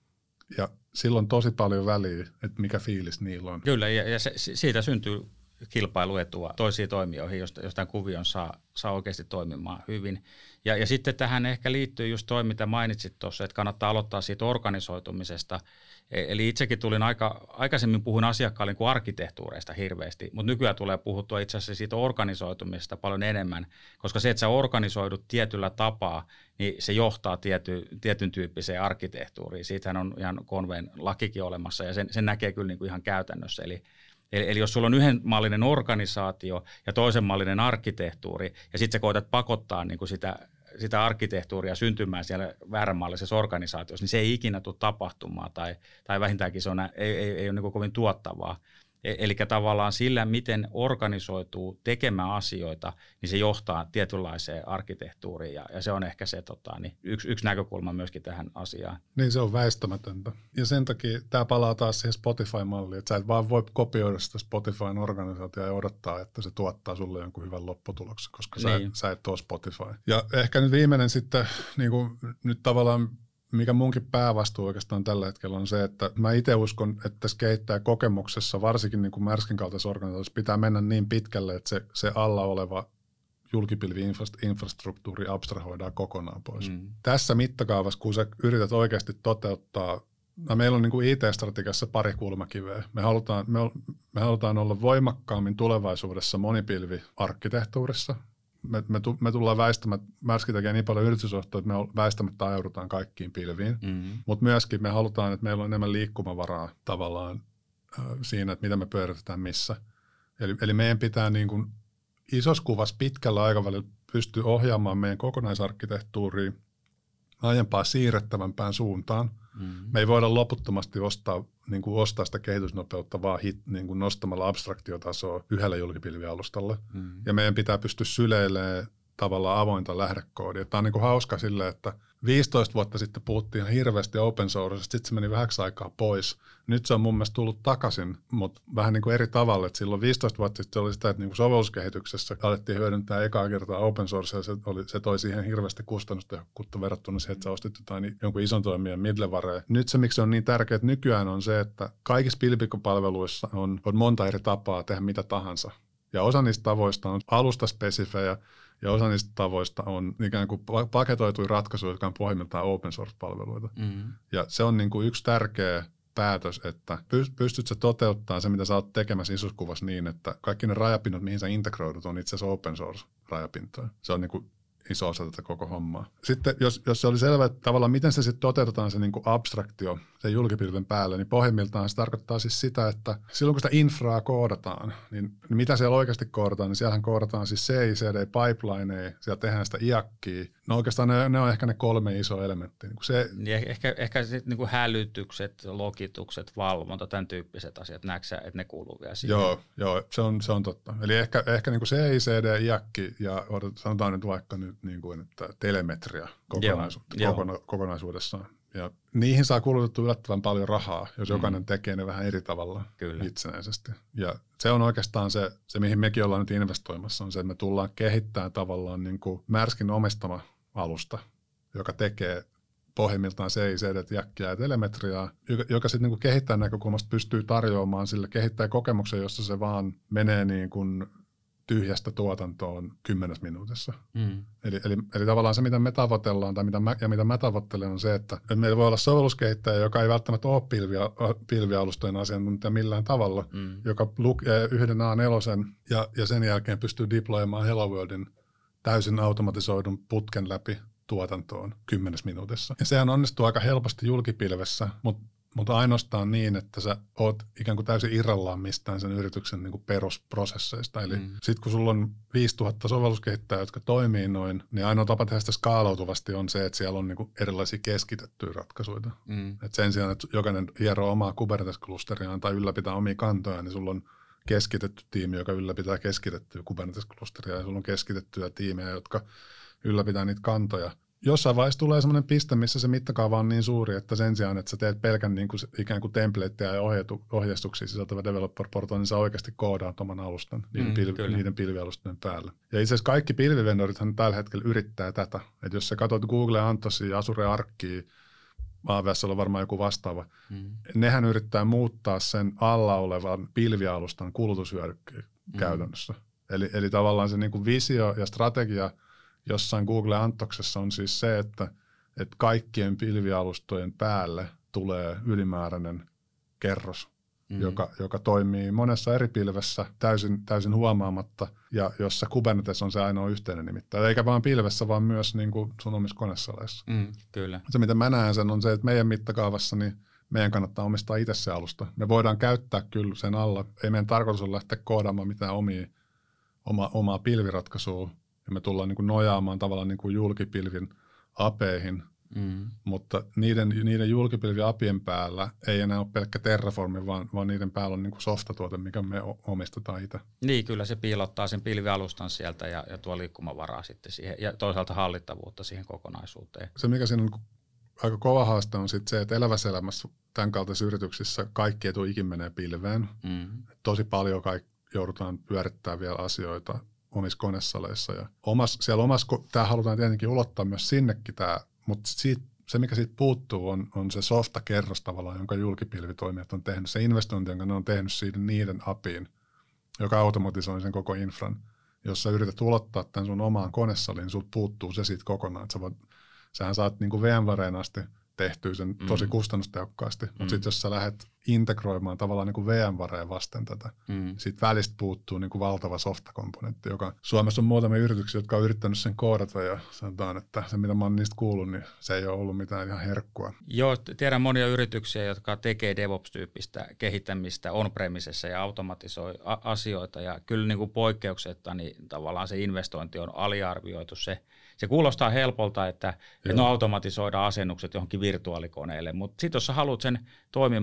Ja silloin tosi paljon väliä, että mikä fiilis niillä on. Kyllä, ja siitä syntyy kilpailuetua toisiin toimijoihin, jos tämän kuvion saa oikeasti toimimaan hyvin. Ja sitten tähän ehkä liittyy just toi, mitä mainitsit tuossa, että kannattaa aloittaa siitä organisoitumisesta. Eli itsekin aikaisemmin puhuin asiakkaalle kuin arkkitehtuureista hirveästi, mutta nykyään tulee puhuttua itse asiassa siitä organisoitumisesta paljon enemmän, koska se, että sä organisoidut tietyllä tapaa, niin se johtaa tietyn tyyppiseen arkkitehtuuriin. Siitähän on ihan konveen lakikin olemassa ja sen näkee kyllä niin kuin ihan käytännössä. Eli jos sulla on yhdenmallinen organisaatio ja toisenmallinen arkkitehtuuri, ja sitten sä koetat pakottaa niin kuin sitä arkkitehtuuria syntymään siellä vääränmallisessa organisaatiossa, niin se ei ikinä tule tapahtumaan, tai vähintäänkin se ei ole niin kuin kovin tuottavaa. Eli tavallaan sillä, miten organisoituu tekemään asioita, niin se johtaa tietynlaiseen arkkitehtuuriin, ja se on ehkä se yksi näkökulma myöskin tähän asiaan. Niin, se on väistämätöntä. Ja sen takia tämä palaa taas siihen Spotify-malliin, että sä et vaan voi kopioida sitä Spotifyn organisaatiota ja odottaa, että se tuottaa sulle jonkun hyvän lopputuloksen, koska sä et ole Spotify. Ja ehkä nyt viimeinen sitten, niin kuin nyt tavallaan, mikä munkin päävastuu oikeastaan tällä hetkellä on se, että mä itse uskon, että tässä kehittäjäkokemuksessa, varsinkin niin kuin Märskin kaltaisessa organisaatiossa, pitää mennä niin pitkälle, että se alla oleva julkipilvi-infrastruktuuri abstrahoidaan kokonaan pois. Tässä mittakaavassa, kun sä yrität oikeasti toteuttaa, meillä on niin kuin IT-strategiassa pari kulmakiveä. Me halutaan olla voimakkaammin tulevaisuudessa monipilvi-arkkitehtuurissa. Me tullaan väistämättä, Märski tekee niin paljon yritysjohtoa, että me väistämättä ajaudutaan kaikkiin pilviin, mutta myöskin me halutaan, että meillä on enemmän liikkumavaraa tavallaan siinä, että mitä me pyöritetään missä. Eli meidän pitää niin kuin isossa kuvassa pitkällä aikavälillä pystyä ohjaamaan meidän kokonaisarkkitehtuuria aiempaa siirrettävämpään suuntaan. Me ei voida loputtomasti ostaa sitä kehitysnopeutta vaan niin kuin nostamalla abstraktiotasoa yhdellä julkipilvialustalla. Ja meidän pitää pystyä syleilemään tavallaan avointa lähdekoodia. Tämä on niin kuin hauska silleen, että 15 vuotta sitten puhuttiin ihan hirveästi open sourcesta, sitten se meni vähäksi aikaa pois. Nyt se on mun mielestä tullut takaisin, mutta vähän niin kuin eri tavalla. Että silloin 15 vuotta sitten oli sitä, että niin kuin sovelluskehityksessä alettiin hyödyntää ekaa kertaa open sourcea, se toi siihen hirveästi kustannustehokkuutta verrattuna siihen, että sä ostit jonkun ison toimijan middlewarea. Nyt se, miksi se on niin tärkeää, että nykyään on se, että kaikissa pilvipalveluissa on monta eri tapaa tehdä mitä tahansa. Ja osa niistä tavoista on alustaspesifejä, ja osa niistä tavoista on ikään kuin paketoituja ratkaisuja, jotka on pohjimmiltaan open source-palveluita. Mm-hmm. Ja se on niin kuin yksi tärkeä päätös, että pystyt sä toteuttaa se, mitä sä oot tekemässä isossa kuvassa niin, että kaikki ne rajapinnat, mihin sä integroidut, on itse asiassa open source-rajapintoja. Se on niin kuin iso osa tätä koko hommaa. Sitten jos se oli selvä, että tavallaan miten se sitten toteutetaan se niin kuin abstraktio sen julkipilven päälle, niin pohjimmiltaan se tarkoittaa siis sitä, että silloin kun sitä infraa koodataan, niin mitä siellä oikeasti koodataan, niin siellähän koodataan siis CI/CD-pipelineja, siellä tehdään sitä IACia. No oikeastaan ne on ehkä ne 3 isoa elementtiä. Niin ehkä sitten niin kuin hälytykset, logitukset, valvonta, tämän tyyppiset asiat, näetkö että ne kuuluu vielä siihen? Joo, se on totta. Eli ehkä niin kuin CI/CD, IAC ja sanotaan nyt vaikka nyt niin kuin, että telemetria kokonaisuudessaan. Ja niihin saa kulutettua yllättävän paljon rahaa, jos jokainen tekee ne vähän eri tavalla itsenäisesti. Ja se on oikeastaan se, mihin mekin ollaan nyt investoimassa, on se, että me tullaan kehittämään tavallaan niin kuin Märskin omistama alusta, joka tekee pohjimmiltaan CI/CD, jäkkiä ja telemetriaa, joka sitten niin kehittää näkökulmasta pystyy tarjoamaan sille kehittäjäkokemuksen, jossa se vaan menee niin kuin tyhjästä tuotantoon 10 minuutissa. Mm. Eli tavallaan se, mitä me tavoitellaan tai mitä mä tavoittelen on se, että meillä voi olla sovelluskehittäjä, joka ei välttämättä ole pilvialustojen asiantuntija millään tavalla, joka lukee yhden A4 ja sen jälkeen pystyy deploymaan Hello Worldin täysin automatisoidun putken läpi tuotantoon 10 minuutissa. Ja sehän onnistuu aika helposti julkipilvessä, mutta ainoastaan niin, että sä oot ikään kuin täysin irrallaan mistään sen yrityksen niin kuin perusprosesseista. Eli sitten kun sulla on 5000 sovelluskehittäjää, jotka toimii noin, niin ainoa tapa tehdä sitä skaalautuvasti on se, että siellä on niin kuin erilaisia keskitettyjä ratkaisuja. Et sen sijaan, että jokainen hieroo omaa Kubernetes-klusteriaan tai ylläpitää omia kantoja, niin sulla on keskitetty tiimi, joka ylläpitää keskitettyä Kubernetes-klusteria, ja sulla on keskitettyjä tiimejä, jotka ylläpitää niitä kantoja. Jossain vaiheessa tulee semmoinen piste, missä se mittakaava on niin suuri, että sen sijaan, että sä teet pelkän niin kuin, ikään kuin templateja ja ohjeistuksia sisältävä developer-portal, niin sä oikeasti koodaat oman alustan niiden pilvialustojen päälle. Ja itse asiassa kaikki pilvivendorithan tällä hetkellä yrittää tätä. Että jos sä katsot Google Anthrosia, Azure Arcia, AWS on varmaan joku vastaava, nehän yrittää muuttaa sen alla olevan pilvialustan kulutushyödykkeen käytännössä. Eli tavallaan se niin kuin visio ja strategia jossain Google Antoksessa on siis se, että kaikkien pilvialustojen päälle tulee ylimääräinen kerros, joka toimii monessa eri pilvessä täysin huomaamatta, ja jossa Kubernetes on se ainoa yhteinen nimittäin. Eikä vaan pilvessä, vaan myös niin kuin sun omissa konesaleissa. Kyllä. Se, mitä mä näen sen, on se, että meidän mittakaavassa niin meidän kannattaa omistaa itse se alusta. Me voidaan käyttää kyllä sen alla. Ei meidän tarkoitus ole lähteä koodaamaan mitään omaa pilviratkaisua, ja me tullaan niin kuin nojaamaan tavallaan niin kuin julkipilvin apeihin, mutta niiden julkipilvi-apien päällä ei enää ole pelkkä Terraformi, vaan niiden päällä on niin kuin softatuote, mikä me omistetaan itse. Niin, kyllä se piilottaa sen pilvialustan sieltä ja tuo liikkumavaraa sitten siihen, ja toisaalta hallittavuutta siihen kokonaisuuteen. Se, mikä siinä on aika kova haaste, on sitten se, että elävässä elämässä tämän kaltaisissa yrityksissä kaikki etu ikin menee pilveen. Tosi paljon joudutaan pyörittämään vielä asioita omissa konesaleissa. Ja tämä halutaan tietenkin ulottaa myös sinnekin mutta se, mikä siitä puuttuu, on se softakerros tavallaan, jonka julkipilvitoimijat on tehnyt. Se investointi, jonka ne on tehnyt niiden apiin, joka automatisoi sen koko infran. Jos sä yrität ulottaa tämän sun omaan konesaliin, niin sulta puuttuu se siitä kokonaan. Sähän saat niin kuin VMwareen asti tehtyä sen tosi kustannustehokkaasti, mutta sitten jos sä lähdet integroimaan tavallaan niin kuin VMwareen vasten tätä, siitä välistä puuttuu niin kuin valtava softakomponentti, joka Suomessa on muutamia yrityksiä, jotka on yrittänyt sen koodata, ja sanotaan, että se mitä mä oon niistä kuullut, niin se ei ole ollut mitään ihan herkkua. Joo, tiedän monia yrityksiä, jotka tekee DevOps-tyyppistä kehittämistä on-premisessä ja automatisoi asioita, ja kyllä niin kuin poikkeuksetta, niin tavallaan se investointi on aliarvioitu. Se kuulostaa helpolta, että automatisoidaan asennukset johonkin virtuaalikoneelle, mutta sitten jos sä haluat sen toimimaan niin, että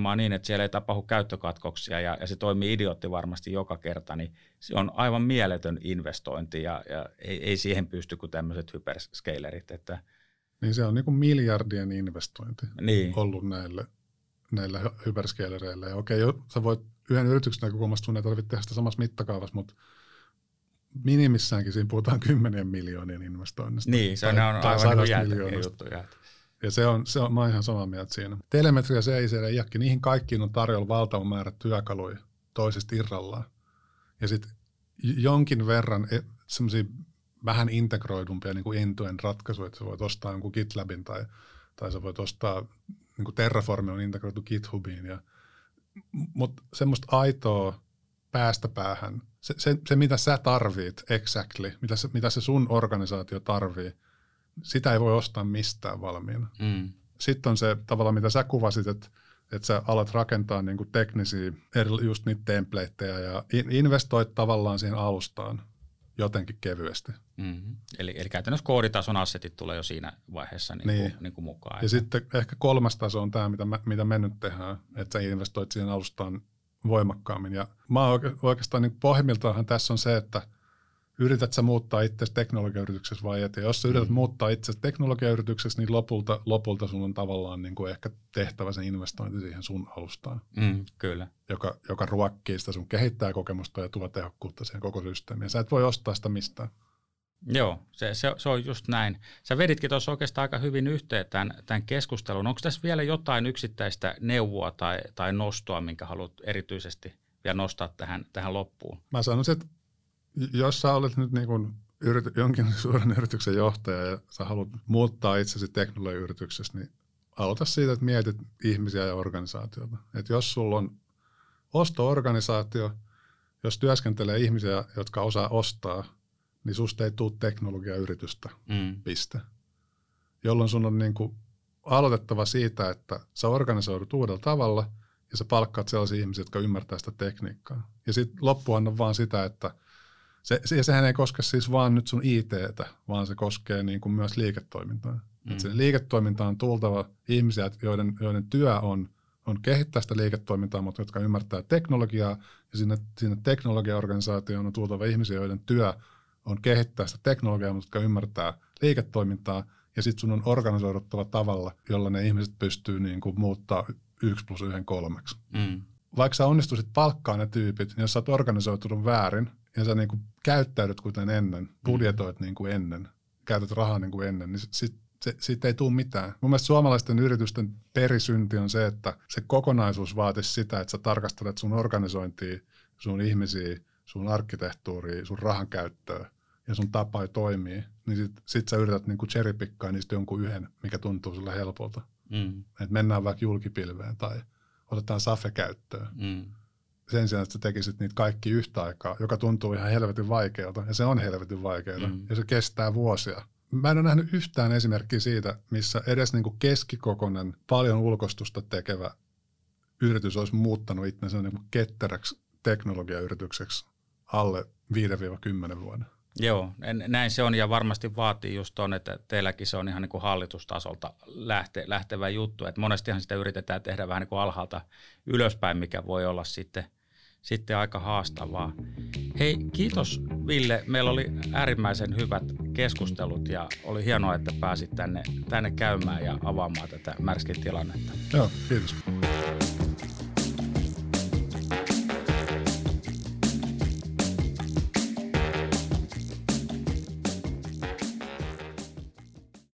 että siellä ei tapahdu käyttökatkoksia ja se toimii idiootti varmasti joka kerta, niin se on aivan mieletön investointi ja ei siihen pysty kuin tämmöiset hyperscalerit. Että niin se on niin kuin miljardien investointi ollut näillä hyperscalereillä. Ja okei, sä voit yhden yrityksen näkökulmasta, sun ei tarvitse tehdä sitä samassa mittakaavassa, mutta minimissäänkin siinä puhutaan 10 miljoonien investoinnista. Niin, se on aivan jäätäviä juttuja. Ja mä oon ihan samaa mieltä siinä. Telemetria, CICD ja IAC, niihin kaikkiin on tarjolla valtavan määrä työkaluja toisesta irrallaan. Ja sitten jonkin verran semmoisia vähän integroidumpia niin kuin end-to-end ratkaisuja, että sä voit ostaa jonkun GitLabin tai sä voit ostaa, niin kuin Terraform on integroitu GitHubiin. Mutta semmoista aitoa päästä päähän, se mitä sä tarvit exactly, mitä se sun organisaatio tarvii, sitä ei voi ostaa mistään valmiina. Sitten on se tavallaan, mitä sä kuvasit, että sä alat rakentaa niin kuin teknisiä, just niitä templateja ja investoit tavallaan siihen alustaan jotenkin kevyesti. Eli käytännössä kooditason assetit tulee jo siinä vaiheessa niin kuin mukaan. Ja sitten ehkä kolmas taso on tämä, mitä me nyt tehdään, että sä investoit siihen alustaan voimakkaammin. Ja mä oikeastaan niin pohjimmiltaanhan tässä on se, että yrität sä muuttaa itse teknologiayrityksessä vai et. Ja jos sä yrität muuttaa itse teknologiayrityksessä, niin lopulta sun on tavallaan niin kuin ehkä tehtävä se investointi siihen sun alustaan. Kyllä. Joka ruokkii sitä sun kehittäjäkokemusta ja tuo tehokkuutta siihen koko systeemiin. Sä et voi ostaa sitä mistään. Joo, se on just näin. Sä veditkin tuossa oikeastaan aika hyvin yhteen tämän keskustelun. Onko tässä vielä jotain yksittäistä neuvoa tai nostoa, minkä haluat erityisesti vielä nostaa tähän loppuun? Mä sanoisin, että jos sä olet nyt niin kuin jonkin suuren yrityksen johtaja ja sä haluat muuttaa itsesi teknologiayrityksessä, niin aloita siitä, että mietit ihmisiä ja organisaatiota. Että jos sulla on osto-organisaatio, jos työskentelee ihmisiä, jotka osaa ostaa, niin susta ei tule teknologiayritystä, piste. Jolloin sun on niin kuin aloitettava siitä, että sä organisoidut uudella tavalla ja sä palkkaat sellaisia ihmisiä, jotka ymmärtää sitä tekniikkaa. Ja sitten loppuhan on vaan sitä, että sehän ei koske siis vaan nyt sun IT:tä, vaan se koskee niin kuin myös liiketoimintaa. Sen liiketoimintaan on tultava ihmisiä, joiden työ on kehittää sitä liiketoimintaa, mutta jotka ymmärtää teknologiaa, ja sinne teknologiaorganisaatioon on tultava ihmisiä, joiden työ on kehittää sitä teknologiaa, mutta jotka ymmärtää liiketoimintaa, ja sitten sun on organisoiduttava tavalla, jolla ne ihmiset pystyy niin kuin muuttaa 1+1 3. Vaikka sä onnistuisit palkkaa ne tyypit, niin jos sä oot organisoitunut väärin, ja sä niin kuin käyttäydyt kuten ennen, budjetoit niin kuin ennen, käytät rahaa niin kuin ennen, niin siitä ei tule mitään. Mun mielestä suomalaisten yritysten perisynti on se, että se kokonaisuus vaatisi sitä, että sä tarkastelet sun organisointia, sun ihmisiä, sun arkkitehtuuria, sun rahan käyttöä ja sun tapaa toimii, niin sit sä yrität niin kuin cherrypickaa niistä jonkun yhden, mikä tuntuu sulle helpolta. Että mennään vaikka julkipilveen tai otetaan SAFE käyttöön. Sen sijaan, että sä tekisit niitä kaikki yhtä aikaa, joka tuntuu ihan helvetin vaikealta, ja se on helvetin vaikeaa, ja se kestää vuosia. Mä en ole nähnyt yhtään esimerkkiä siitä, missä edes niin kuin keskikokoinen, paljon ulkostusta tekevä yritys olisi muuttanut itsensä niin kuin ketteräksi teknologiayritykseksi alle 5-10 vuoden. Joo, näin se on, ja varmasti vaatii just ton, että teilläkin se on ihan niin kuin hallitustasolta lähtevä juttu, että monestihan sitä yritetään tehdä vähän niin kuin alhaalta ylöspäin, mikä voi olla sitten aika haastavaa. Hei, kiitos Ville, meillä oli äärimmäisen hyvät keskustelut ja oli hienoa, että pääsit tänne käymään ja avaamaan tätä Märskin tilannetta. Joo, kiitos.